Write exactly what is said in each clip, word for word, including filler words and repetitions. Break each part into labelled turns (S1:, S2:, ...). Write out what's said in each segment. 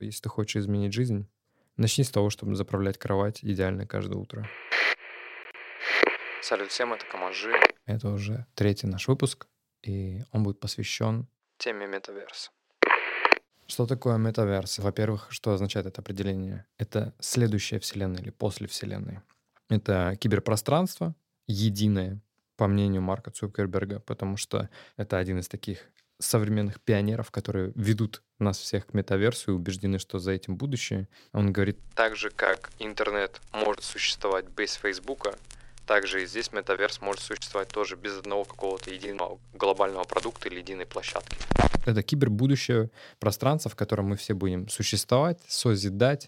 S1: Если ты хочешь изменить жизнь, начни с того, чтобы заправлять кровать идеально каждое утро. Салют всем, это Камажи. Это уже третий наш выпуск, и он будет посвящен теме метаверс. Что такое метаверс? Во-первых, что означает это определение? Это следующая вселенная или после вселенной. Это киберпространство единое, по мнению Марка Цукерберга, потому что это один из таких современных пионеров, которые ведут нас всех к метаверсу и убеждены, что за этим будущее. Он говорит, так же, как интернет может существовать без Фейсбука, также и здесь метаверс может существовать тоже без одного какого-то единого глобального продукта или единой площадки. Это кибербудущее пространство, в котором мы все будем существовать, созидать,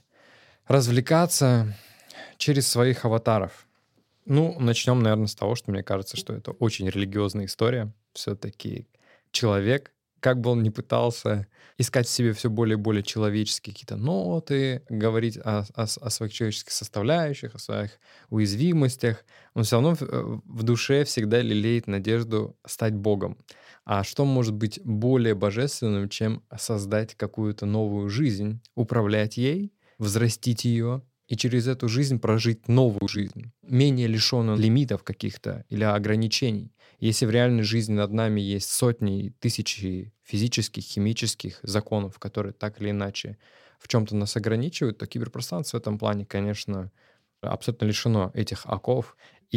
S1: развлекаться через своих аватаров. Ну, начнем, наверное, с того, что мне кажется, что это очень религиозная история. Все-таки человек, как бы он ни пытался искать в себе все более и более человеческие какие-то ноты, говорить о, о, о своих человеческих составляющих, о своих уязвимостях, он все равно в, в душе всегда лелеет надежду стать Богом. А что может быть более божественным, чем создать какую-то новую жизнь, управлять ей, взрастить ее, и через эту жизнь прожить новую жизнь, менее лишенную лимитов каких-то или ограничений. Если в реальной жизни над нами есть сотни и тысячи физических, химических законов, которые так или иначе в чем-то нас ограничивают, то киберпространство в этом плане, конечно, абсолютно лишено этих оков.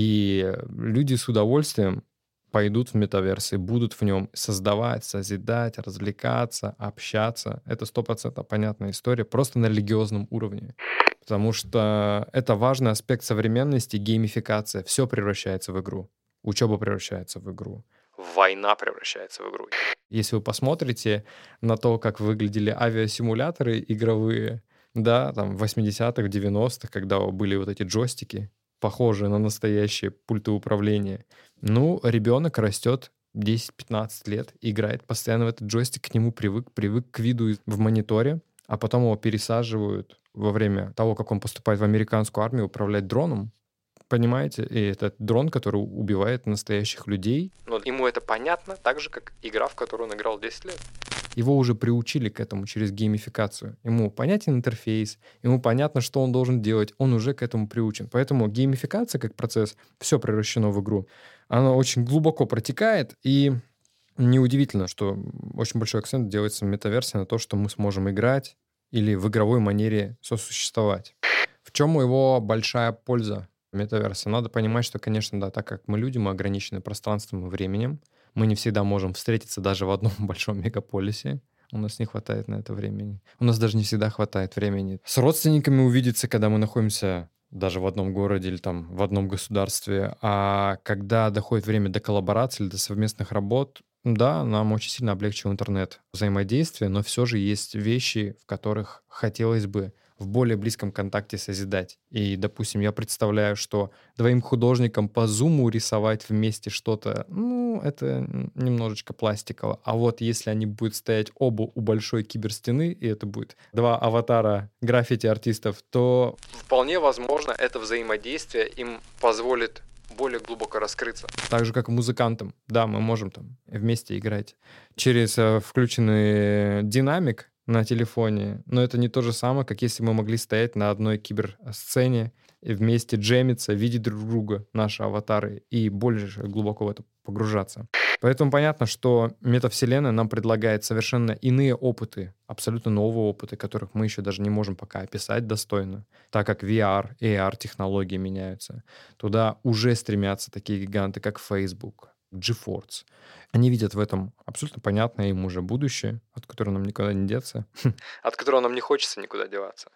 S1: И люди с удовольствием пойдут в метаверс и будут в нем создавать, созидать, развлекаться, общаться. Это сто процентов понятная история, просто на религиозном уровне. Потому что это важный аспект современности, геймификация. Все превращается в игру. Учеба превращается в игру. Война превращается в игру. Если вы посмотрите на то, как выглядели авиасимуляторы игровые, да, там в восьмидесятых, девяностых, когда были вот эти джойстики, похожие на настоящие пульты управления, ну, ребенок растет десять-пятнадцать лет, играет постоянно в этот джойстик, к нему привык, привык к виду в мониторе, а потом его пересаживают во время того, как он поступает в американскую армию, управлять дроном. Понимаете? И это дрон, который убивает настоящих людей. Но ему это понятно, так же, как игра, в которую он играл десять лет. Его уже приучили к этому через геймификацию. Ему понятен интерфейс, ему понятно, что он должен делать, он уже к этому приучен. Поэтому геймификация как процесс, все превращено в игру, она очень глубоко протекает, и неудивительно, что очень большой акцент делается в метаверсе на то, что мы сможем играть или в игровой манере сосуществовать. В чем его большая польза метаверса? Надо понимать, что, конечно, да, так как мы люди, мы ограничены пространством и временем, мы не всегда можем встретиться даже в одном большом мегаполисе. У нас не хватает на это времени. У нас даже не всегда хватает времени с родственниками увидеться, когда мы находимся даже в одном городе или там в одном государстве. А когда доходит время до коллаборации или до совместных работ, да, нам очень сильно облегчил интернет взаимодействие, но все же есть вещи, в которых хотелось бы в более близком контакте созидать. И, допустим, я представляю, что двоим художникам по зуму рисовать вместе что-то, ну, это немножечко пластиково. А вот если они будут стоять оба у большой киберстены, и это будет два аватара граффити-артистов, то вполне возможно это взаимодействие им позволит более глубоко раскрыться. Так же, как и музыкантам. Да, мы можем там вместе играть через э, включенный динамик на телефоне, но это не то же самое, как если мы могли стоять на одной киберсцене и вместе джемиться, видеть друг друга, наши аватары, и больше глубоко в это погружаться. Поэтому понятно, что метавселенная нам предлагает совершенно иные опыты, абсолютно новые опыты, которых мы еще даже не можем пока описать достойно, так как ви ар, эй ар-технологии меняются. Туда уже стремятся такие гиганты, как Facebook, GeForce. Они видят в этом абсолютно понятное им уже будущее, от которого нам никуда не деться, от которого нам не хочется никуда деваться.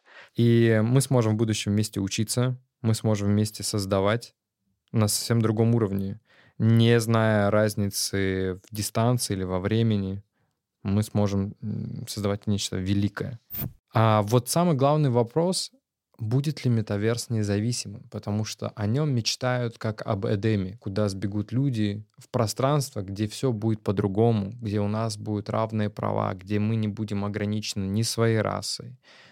S1: И мы сможем в будущем вместе учиться, мы сможем вместе создавать на совсем другом уровне. Не зная разницы в дистанции или во времени, мы сможем создавать нечто великое. А вот самый главный вопрос — будет ли метаверс независимым? Потому что о нем мечтают как об Эдеме, куда сбегут люди в пространство, где все будет по-другому, где у нас будут равные права, где мы не будем ограничены ни своей расой,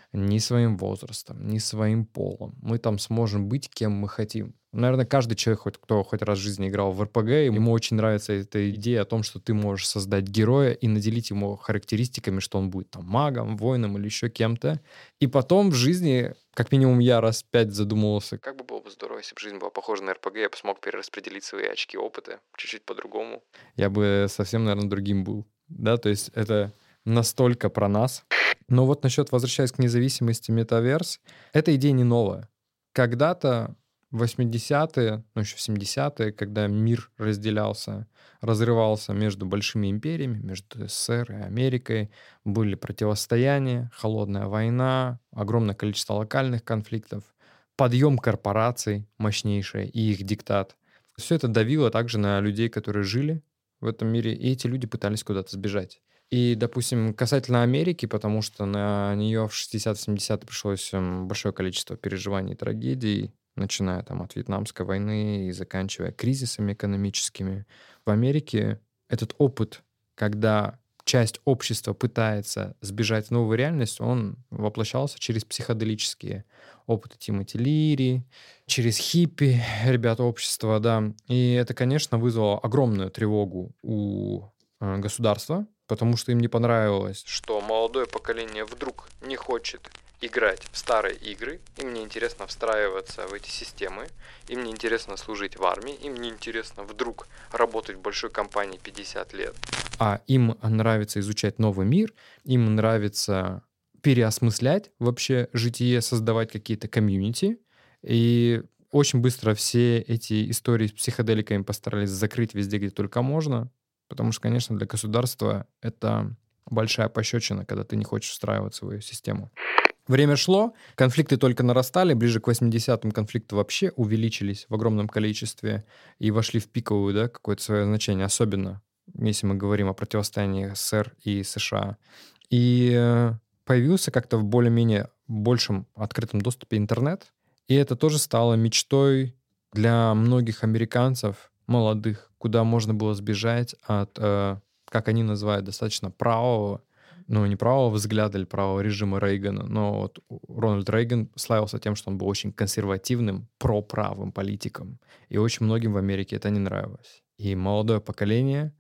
S1: ни своим возрастом, ни своим полом. Мы там сможем быть кем мы хотим. Наверное, каждый человек, хоть кто хоть раз в жизни играл в эр пи джи, ему очень нравится эта идея о том, что ты можешь создать героя и наделить его характеристиками, что он будет там магом, воином или еще кем-то. И потом в жизни, как минимум я раз пять задумывался, как бы было бы здорово, если бы жизнь была похожа на эр пи джи, я бы смог перераспределить свои очки опыта чуть-чуть по-другому. Я бы совсем, наверное, другим был. Да, то есть это настолько про нас. Но вот насчет, возвращаясь к независимости метаверс, эта идея не новая. Когда-то в восьмидесятые, ну еще в семидесятые, когда мир разделялся, разрывался между большими империями, между СССР и Америкой, были противостояния, холодная война, огромное количество локальных конфликтов, подъем корпораций мощнейший и их диктат. Все это давило также на людей, которые жили в этом мире, и эти люди пытались куда-то сбежать. И, допустим, касательно Америки, потому что на нее в шестидесятые-семидесятые пришлось м, большое количество переживаний и трагедий, начиная там от Вьетнамской войны и заканчивая кризисами экономическими. В Америке этот опыт, когда часть общества пытается сбежать в новую реальность, он воплощался через психоделические опыты Тимоти Лири, через хиппи, ребята общества, да. И это, конечно, вызвало огромную тревогу у э, государства, потому что им не понравилось, что молодое поколение вдруг не хочет играть в старые игры, им не интересно встраиваться в эти системы, им не интересно служить в армии, им не интересно вдруг работать в большой компании пятьдесят лет. А им нравится изучать новый мир, им нравится переосмыслять вообще житие, создавать какие-то комьюнити. И очень быстро все эти истории с психоделиками постарались закрыть везде, где только можно, потому что, конечно, для государства это большая пощечина, когда ты не хочешь встраиваться в свою систему. Время шло, конфликты только нарастали, ближе к восьмидесятым конфликты вообще увеличились в огромном количестве и вошли в пиковую, да, какое-то свое значение, особенно если мы говорим о противостоянии СССР и США. И появился как-то в более-менее большем открытом доступе интернет, и это тоже стало мечтой для многих американцев, молодых, куда можно было сбежать от, э, как они называют, достаточно правого, ну, не правого взгляда или правого режима Рейгана, но вот Рональд Рейган славился тем, что он был очень консервативным, проправым политиком. И очень многим в Америке это не нравилось. И молодое поколение,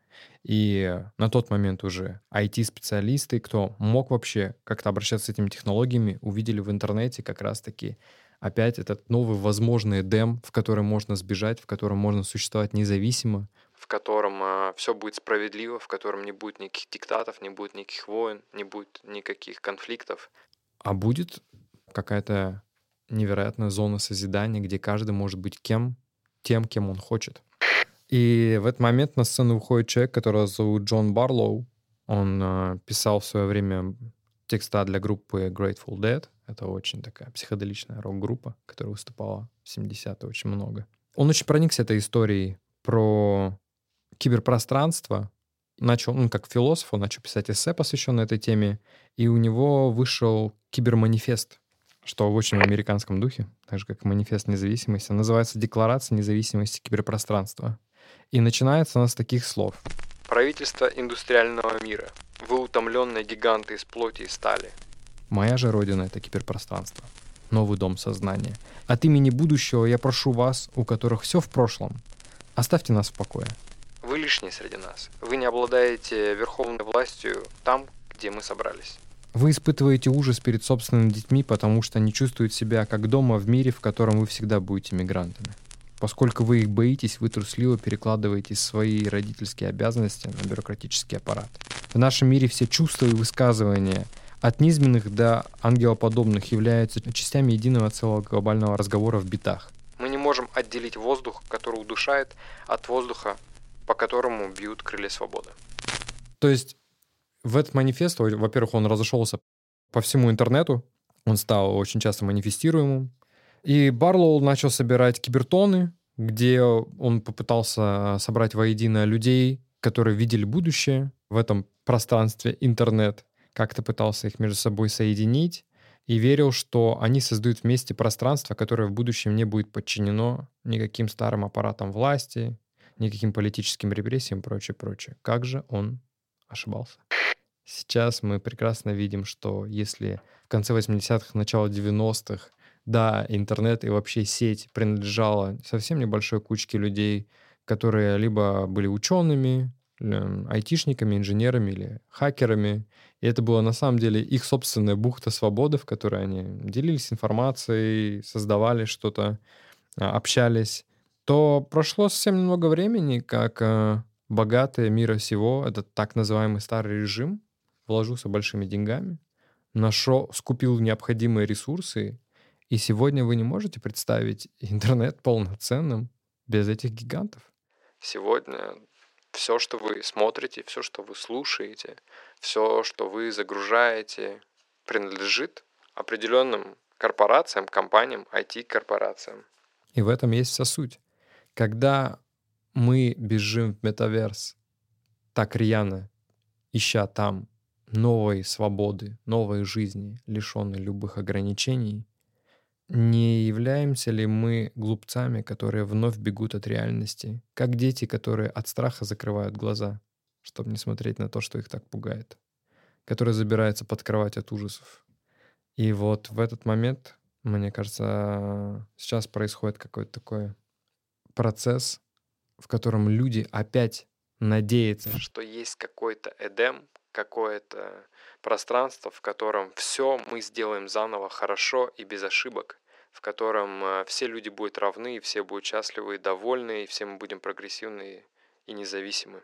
S1: и на тот момент уже ай ти-специалисты, кто мог вообще как-то обращаться с этими технологиями, увидели в интернете как раз-таки опять этот новый возможный Эдем, в котором можно сбежать, в котором можно существовать независимо, в котором э, все будет справедливо, в котором не будет никаких диктатов, не будет никаких войн, не будет никаких конфликтов. А будет какая-то невероятная зона созидания, где каждый может быть кем, тем, кем он хочет. И в этот момент на сцену выходит человек, которого зовут Джон Барлоу. Он э, писал в свое время текста для группы Grateful Dead. Это очень такая психоделичная рок-группа, которая выступала в семидесятые очень много. Он очень проникся этой историей про киберпространство. Начал, ну, как философ, он начал писать эссе, посвященное этой теме, и у него вышел киберманифест, что в очень американском духе, так же, как и манифест независимости, называется «Декларация независимости киберпространства». И начинается она с таких слов. Правительство индустриального мира. Вы утомленные гиганты из плоти и стали. Моя же родина — это киберпространство. Новый дом сознания. От имени будущего я прошу вас, у которых все в прошлом, оставьте нас в покое. Вы лишние среди нас. Вы не обладаете верховной властью там, где мы собрались. Вы испытываете ужас перед собственными детьми, потому что они чувствуют себя как дома в мире, в котором вы всегда будете мигрантами. Поскольку вы их боитесь, вы трусливо перекладываете свои родительские обязанности на бюрократический аппарат. В нашем мире все чувства и высказывания, от низменных до ангелоподобных, являются частями единого целого глобального разговора в битах. Мы не можем отделить воздух, который удушает, от воздуха, по которому бьют крылья свободы. То есть в этот манифест, во-первых, он разошелся по всему интернету, он стал очень часто манифестируемым. И Барлоу начал собирать кибертоны, где он попытался собрать воедино людей, которые видели будущее в этом пространстве интернет, как-то пытался их между собой соединить и верил, что они создают вместе пространство, которое в будущем не будет подчинено никаким старым аппаратам власти, никаким политическим репрессиям и прочее, прочее. Как же он ошибался. Сейчас мы прекрасно видим, что если в конце восьмидесятых, начало девяностых, да, интернет и вообще сеть принадлежала совсем небольшой кучке людей, которые либо были учеными, м, айтишниками, инженерами или хакерами. И это была на самом деле их собственная бухта свободы, в которой они делились информацией, создавали что-то, а, общались, то прошло совсем немного времени, как э, богатые мира сего, этот так называемый старый режим, вложился большими деньгами, нашел, скупил необходимые ресурсы, и сегодня вы не можете представить интернет полноценным без этих гигантов. Сегодня все, что вы смотрите, все, что вы слушаете, все, что вы загружаете, принадлежит определенным корпорациям, компаниям, ай ти-корпорациям. И в этом есть вся суть. Когда мы бежим в метаверс так рьяно, ища там новой свободы, новой жизни, лишенной любых ограничений, не являемся ли мы глупцами, которые вновь бегут от реальности, как дети, которые от страха закрывают глаза, чтобы не смотреть на то, что их так пугает, которые забираются под кровать от ужасов. И вот в этот момент, мне кажется, сейчас происходит какой-то такой процесс, в котором люди опять надеются, что есть какой-то Эдем, какое-то пространство, в котором все мы сделаем заново хорошо и без ошибок, в котором э, все люди будут равны, и все будут счастливы и довольны, и все мы будем прогрессивны и независимы.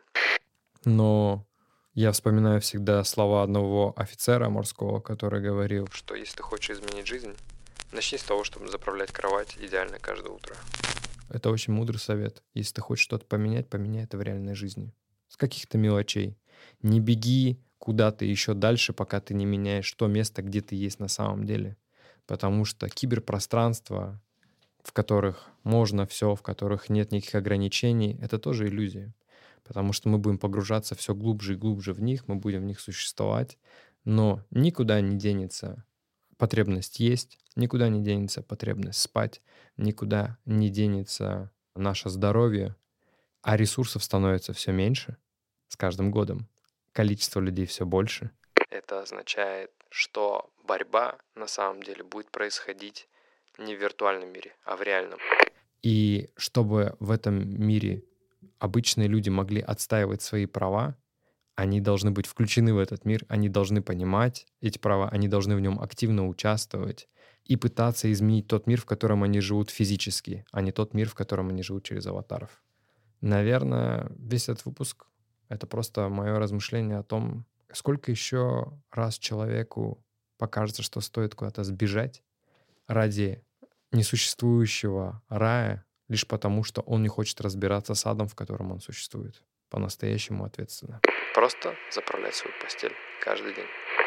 S1: Но я вспоминаю всегда слова одного офицера морского, который говорил, что если ты хочешь изменить жизнь, начни с того, чтобы заправлять кровать идеально каждое утро. Это очень мудрый совет. Если ты хочешь что-то поменять, поменяй это в реальной жизни. С каких-то мелочей. Не беги куда-то еще дальше, пока ты не меняешь то место, где ты есть на самом деле. Потому что киберпространство, в которых можно все, в которых нет никаких ограничений, это тоже иллюзия. Потому что мы будем погружаться все глубже и глубже в них, мы будем в них существовать, но никуда не денется потребность есть, никуда не денется потребность спать, никуда не денется наше здоровье, а ресурсов становится все меньше с каждым годом. Количество людей все больше. Это означает, что борьба на самом деле будет происходить не в виртуальном мире, а в реальном. И чтобы в этом мире обычные люди могли отстаивать свои права, они должны быть включены в этот мир, они должны понимать эти права, они должны в нем активно участвовать и пытаться изменить тот мир, в котором они живут физически, а не тот мир, в котором они живут через аватаров. Наверное, весь этот выпуск — это просто мое размышление о том, сколько еще раз человеку покажется, что стоит куда-то сбежать ради несуществующего рая, лишь потому, что он не хочет разбираться с адом, в котором он существует. По-настоящему ответственно. Просто заправлять свою постель каждый день.